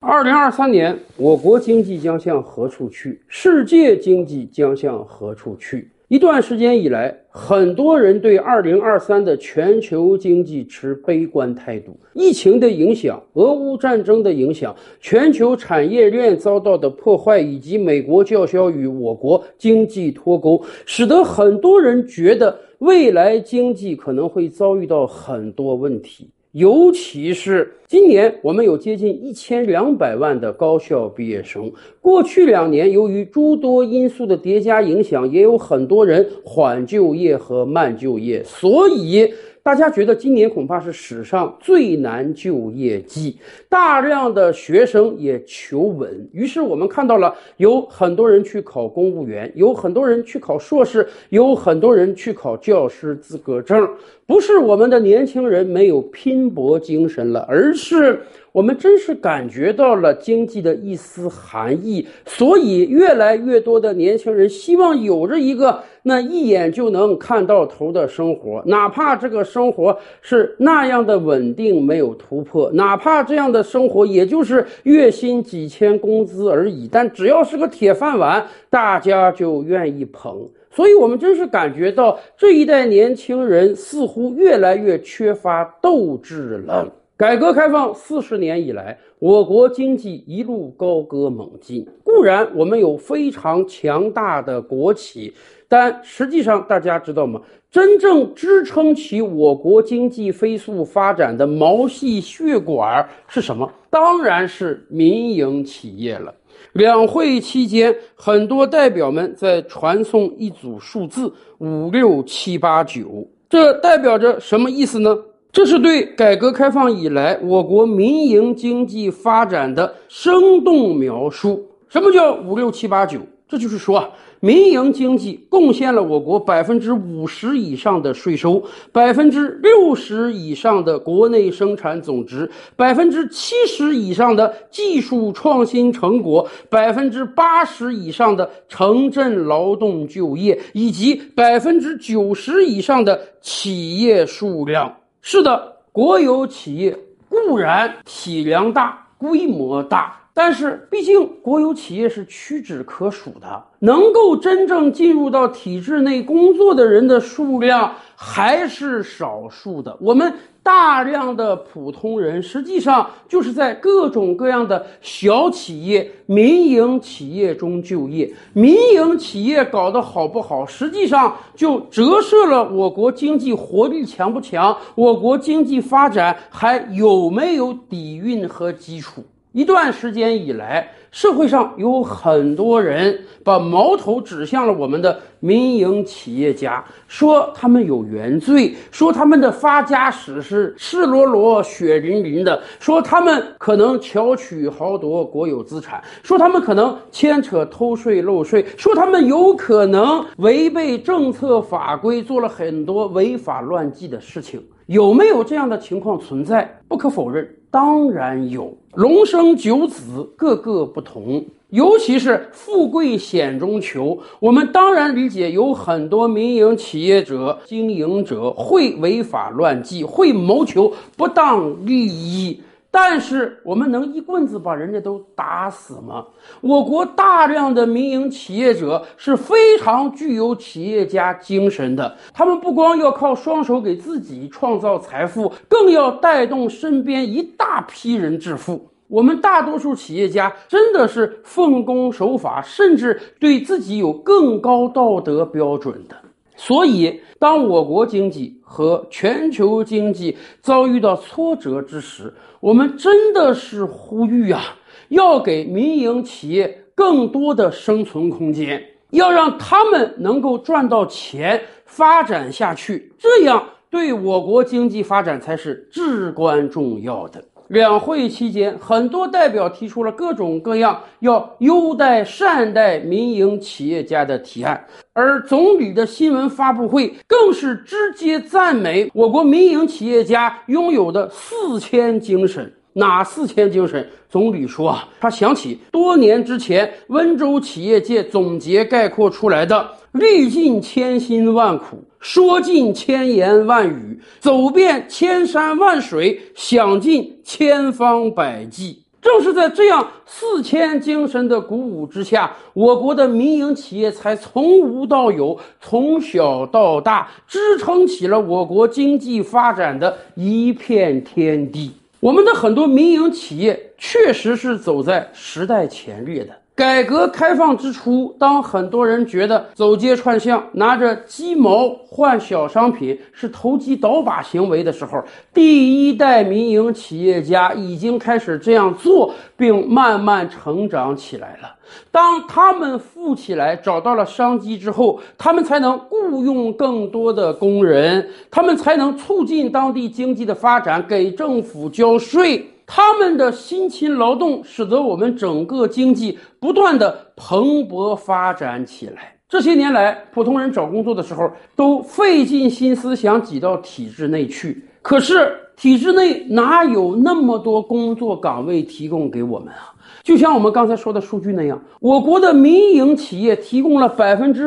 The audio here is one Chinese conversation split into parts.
2023年，我国经济将向何处去？世界经济将向何处去？一段时间以来，很多人对2023的全球经济持悲观态度。疫情的影响、俄乌战争的影响、全球产业链遭到的破坏，以及美国叫嚣与我国经济脱钩，使得很多人觉得未来经济可能会遭遇到很多问题。尤其是今年，我们有接近1200万的高校毕业生。过去2年，由于诸多因素的叠加影响，也有很多人缓就业和慢就业，所以大家觉得今年恐怕是史上最难就业季，大量的学生也求稳。于是我们看到了有很多人去考公务员，有很多人去考硕士，有很多人去考教师资格证。不是我们的年轻人没有拼搏精神了，而是我们真是感觉到了经济的一丝寒意，所以越来越多的年轻人希望有着一个那一眼就能看到头的生活，哪怕这个生活是那样的稳定没有突破，哪怕这样的生活也就是月薪几千工资而已，但只要是个铁饭碗，大家就愿意捧。所以我们真是感觉到这一代年轻人似乎越来越缺乏斗志了。改革开放40年以来，我国经济一路高歌猛进。固然我们有非常强大的国企，但实际上大家知道吗？真正支撑起我国经济飞速发展的毛细血管是什么？当然是民营企业了。两会期间，很多代表们在传送一组数字56789，这代表着什么意思呢？这是对改革开放以来我国民营经济发展的生动描述。什么叫56789？这就是说民营经济贡献了我国50%以上的税收，60%以上的国内生产总值，70%以上的技术创新成果，80%以上的城镇劳动就业，以及90%以上的企业数量。是的，国有企业固然体量大、规模大，但是毕竟国有企业是屈指可数的，能够真正进入到体制内工作的人的数量还是少数的。我们大量的普通人实际上就是在各种各样的小企业、民营企业中就业。民营企业搞得好不好，实际上就折射了我国经济活力强不强，我国经济发展还有没有底蕴和基础。一段时间以来，社会上有很多人把矛头指向了我们的民营企业家，说他们有原罪，说他们的发家史是赤裸裸血淋淋的，说他们可能巧取豪夺国有资产，说他们可能牵扯偷税漏税，说他们有可能违背政策法规，做了很多违法乱纪的事情。有没有这样的情况存在？不可否认，当然有。龙生九子，个个不同，尤其是富贵险中求。我们当然理解有很多民营企业者、经营者会违法乱纪，会谋求不当利益。但是我们能一棍子把人家都打死吗？我国大量的民营企业者是非常具有企业家精神的，他们不光要靠双手给自己创造财富，更要带动身边一大批人致富。我们大多数企业家真的是奉公守法，甚至对自己有更高道德标准的。所以当我国经济和全球经济遭遇到挫折之时，我们真的是呼吁要给民营企业更多的生存空间，要让他们能够赚到钱，发展下去，这样对我国经济发展才是至关重要的。两会期间，很多代表提出了各种各样要优待善待民营企业家的提案，而总理的新闻发布会更是直接赞美我国民营企业家拥有的4000精神。哪4000精神？总理说他想起多年之前温州企业界总结概括出来的历尽千辛万苦，说尽千言万语，走遍千山万水，想尽千方百计。 正是在这样4000精神的鼓舞之下，我国的民营企业才从无到有，从小到大，支撑起了我国经济发展的一片天地。我们的很多民营企业确实是走在时代前列的。改革开放之初，当很多人觉得走街串巷拿着鸡毛换小商品是投机倒把行为的时候，第一代民营企业家已经开始这样做，并慢慢成长起来了。当他们富起来，找到了商机之后，他们才能雇佣更多的工人，他们才能促进当地经济的发展，给政府交税。他们的辛勤劳动使得我们整个经济不断的蓬勃发展起来。这些年来，普通人找工作的时候都费尽心思想挤到体制内去，可是体制内哪有那么多工作岗位提供给我们啊？就像我们刚才说的数据那样，我国的民营企业提供了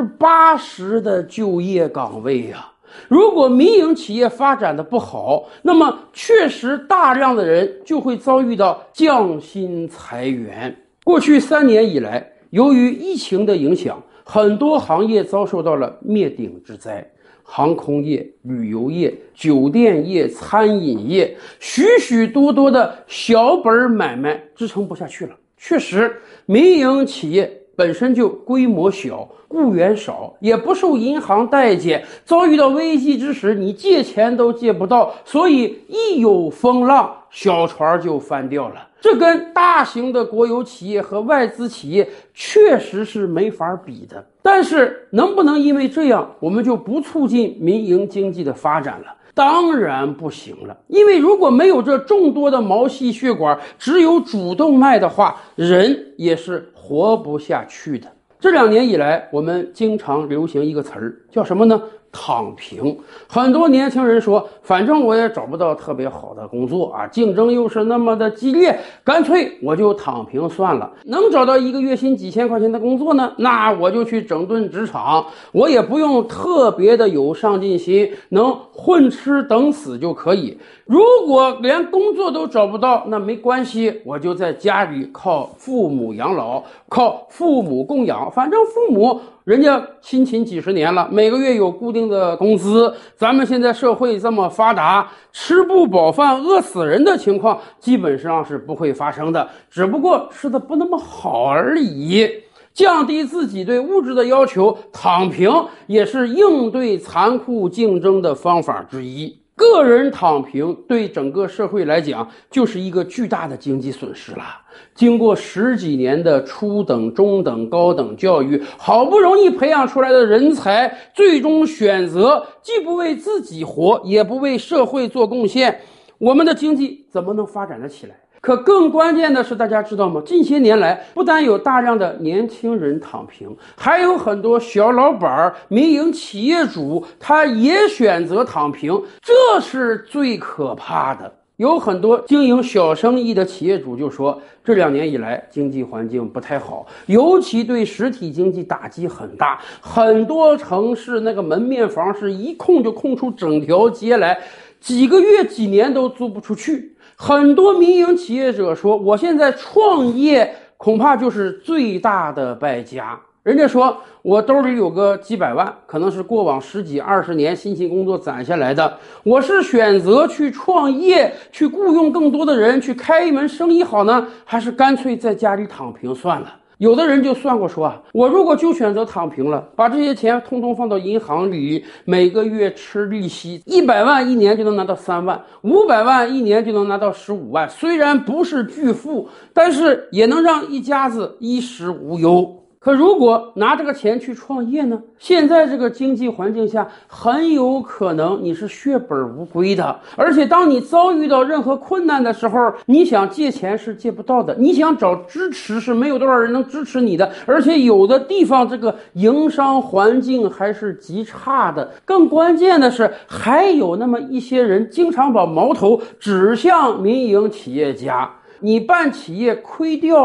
80%的就业岗位呀。如果民营企业发展的不好，那么确实大量的人就会遭遇到降薪裁员。过去3年以来，由于疫情的影响，很多行业遭受到了灭顶之灾，航空业、旅游业、酒店业、餐饮业，许许多多的小本买卖支撑不下去了。确实，民营企业本身就规模小，雇员少，也不受银行待见，遭遇到危机之时，你借钱都借不到，所以一有风浪，小船就翻掉了。这跟大型的国有企业和外资企业确实是没法比的。但是能不能因为这样，我们就不促进民营经济的发展了？当然不行了，因为如果没有这众多的毛细血管，只有主动脉的话，人也是活不下去的。这2年以来，我们经常流行一个词儿，叫什么呢？躺平。很多年轻人说，反正我也找不到特别好的工作啊，竞争又是那么的激烈，干脆我就躺平算了。能找到一个月薪几千块钱的工作呢，那我就去整顿职场，我也不用特别的有上进心，能混吃等死就可以。如果连工作都找不到，那没关系，我就在家里靠父母养老，靠父母供养，反正父母人家辛勤几十年了，每个月有固定的工资。咱们现在社会这么发达，吃不饱饭饿死人的情况基本上是不会发生的，只不过吃的不那么好而已。降低自己对物质的要求，躺平也是应对残酷竞争的方法之一。个人躺平对整个社会来讲就是一个巨大的经济损失了。经过10几年的初等、中等、高等教育，好不容易培养出来的人才，最终选择既不为自己活，也不为社会做贡献，我们的经济怎么能发展得起来？可更关键的是，大家知道吗？近些年来，不但有大量的年轻人躺平，还有很多小老板、民营企业主，他也选择躺平，这是最可怕的。有很多经营小生意的企业主就说，这2年以来经济环境不太好，尤其对实体经济打击很大，很多城市那个门面房是一空就空出整条街来，几个月几年都租不出去。很多民营企业者说，我现在创业恐怕就是最大的败家。人家说我兜里有个几百万，可能是过往10几20年辛勤工作攒下来的，我是选择去创业，去雇佣更多的人，去开一门生意好呢，还是干脆在家里躺平算了？有的人就算过说啊，我如果就选择躺平了，把这些钱通通放到银行里，每个月吃利息，100万一年就能拿到3万，500万一年就能拿到15万。虽然不是巨富，但是也能让一家子衣食无忧。可如果拿这个钱去创业呢？现在这个经济环境下，很有可能你是血本无归的。而且当你遭遇到任何困难的时候，你想借钱是借不到的，你想找支持是没有多少人能支持你的，而且有的地方这个营商环境还是极差的。更关键的是，还有那么一些人经常把矛头指向民营企业家。你办企业亏掉了，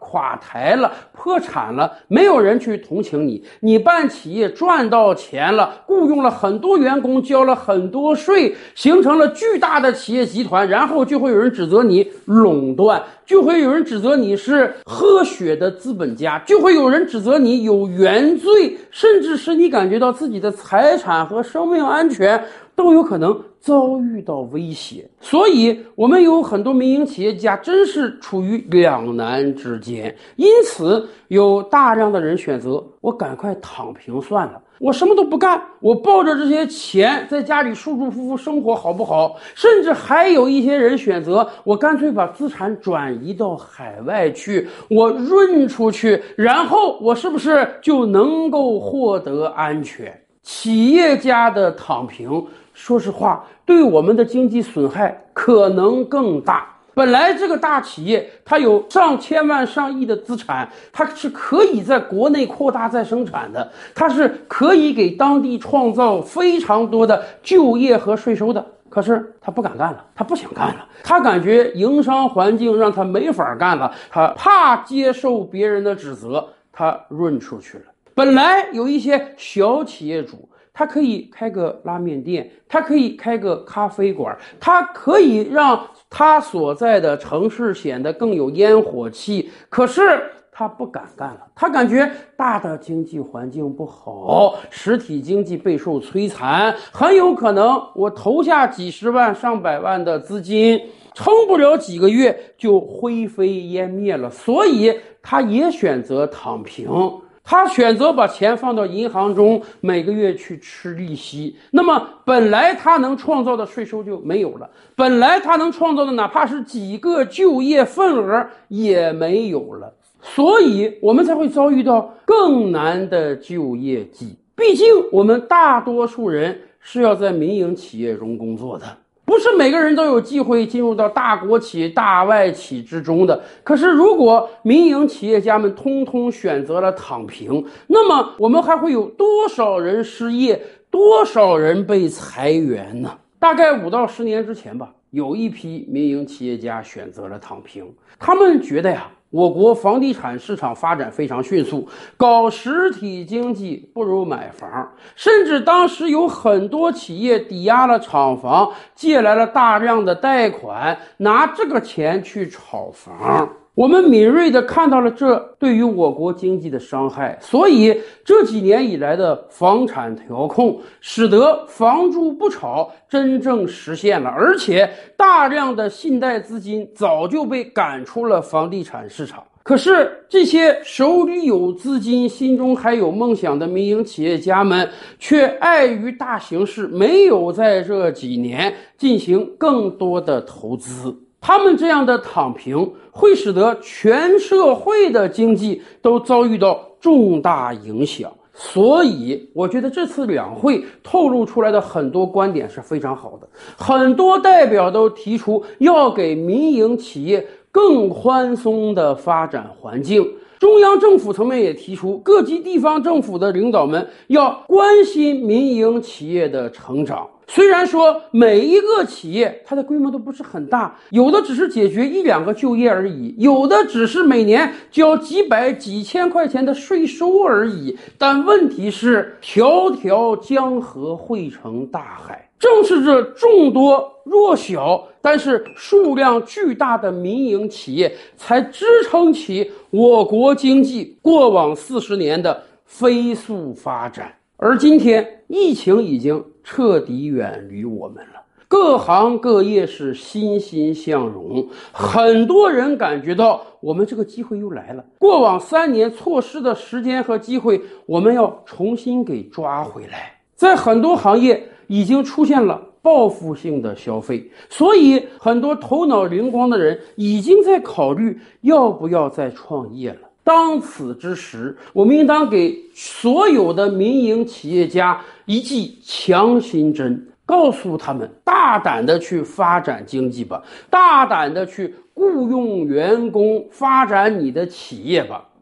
垮台了、破产了，没有人去同情你。你办企业赚到钱了，雇佣了很多员工，交了很多税，形成了巨大的企业集团，然后就会有人指责你垄断，就会有人指责你是喝血的资本家，就会有人指责你有原罪，甚至使你感觉到自己的财产和生命安全都有可能遭遇到威胁。所以我们有很多民营企业家真是处于两难之间，因此有大量的人选择我赶快躺平算了，我什么都不干，我抱着这些钱在家里舒舒服服生活好不好？甚至还有一些人选择我干脆把资产转移到海外去，我润出去，然后我是不是就能够获得安全？企业家的躺平，说实话，对我们的经济损害可能更大。本来这个大企业它有上千万上亿的资产，它是可以在国内扩大再生产的，它是可以给当地创造非常多的就业和税收的。可是他不敢干了，他不想干了，他感觉营商环境让他没法干了，他怕接受别人的指责，他润出去了。本来有一些小企业主，他可以开个拉面店，他可以开个咖啡馆，他可以让他所在的城市显得更有烟火气，可是他不敢干了，他感觉大的经济环境不好，实体经济备受摧残，很有可能我投下几十万上百万的资金，撑不了几个月就灰飞烟灭了，所以他也选择躺平。他选择把钱放到银行中，每个月去吃利息，那么本来他能创造的税收就没有了，本来他能创造的哪怕是几个就业份额也没有了，所以我们才会遭遇到更难的就业季。毕竟我们大多数人是要在民营企业中工作的，不是每个人都有机会进入到大国企、大外企之中的。可是如果民营企业家们通通选择了躺平，那么我们还会有多少人失业，多少人被裁员呢？大概5到10年之前吧，有一批民营企业家选择了躺平，他们觉得呀，我国房地产市场发展非常迅速，搞实体经济不如买房，甚至当时有很多企业抵押了厂房，借来了大量的贷款，拿这个钱去炒房。我们敏锐地看到了这对于我国经济的伤害，所以这几年以来的房产调控使得房住不炒真正实现了，而且大量的信贷资金早就被赶出了房地产市场。可是这些手里有资金、心中还有梦想的民营企业家们，却碍于大形势，没有在这几年进行更多的投资。他们这样的躺平会使得全社会的经济都遭遇到重大影响，所以我觉得这次两会透露出来的很多观点是非常好的，很多代表都提出要给民营企业更宽松的发展环境。中央政府层面也提出，各级地方政府的领导们要关心民营企业的成长。虽然说每一个企业它的规模都不是很大，有的只是解决1、2个就业而已，有的只是每年交几百几千块钱的税收而已，但问题是条条江河汇成大海。正是这众多弱小但是数量巨大的民营企业，才支撑起我国经济过往40年的飞速发展。而今天疫情已经彻底远离我们了，各行各业是欣欣向荣，很多人感觉到我们这个机会又来了，过往3年错失的时间和机会，我们要重新给抓回来。在很多行业已经出现了报复性的消费，所以很多头脑灵光的人已经在考虑要不要再创业了。当此之时，我们应当给所有的民营企业家一剂强心针，告诉他们大胆的去发展经济吧，大胆的去雇佣员工，发展你的企业吧。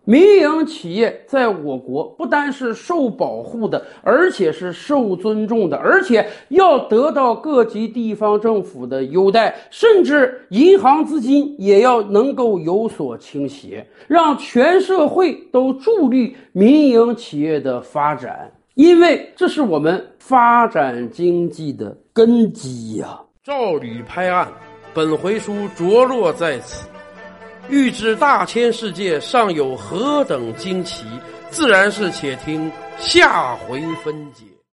民营企业在我国不单是受保护的，而且是受尊重的，而且要得到各级地方政府的优待，甚至银行资金也要能够有所倾斜，让全社会都助力民营企业的发展，因为这是我们发展经济的根基呀。 照吕拍案，本回书着落在此。欲知大千世界尚有何等惊奇，自然是且听下回分解。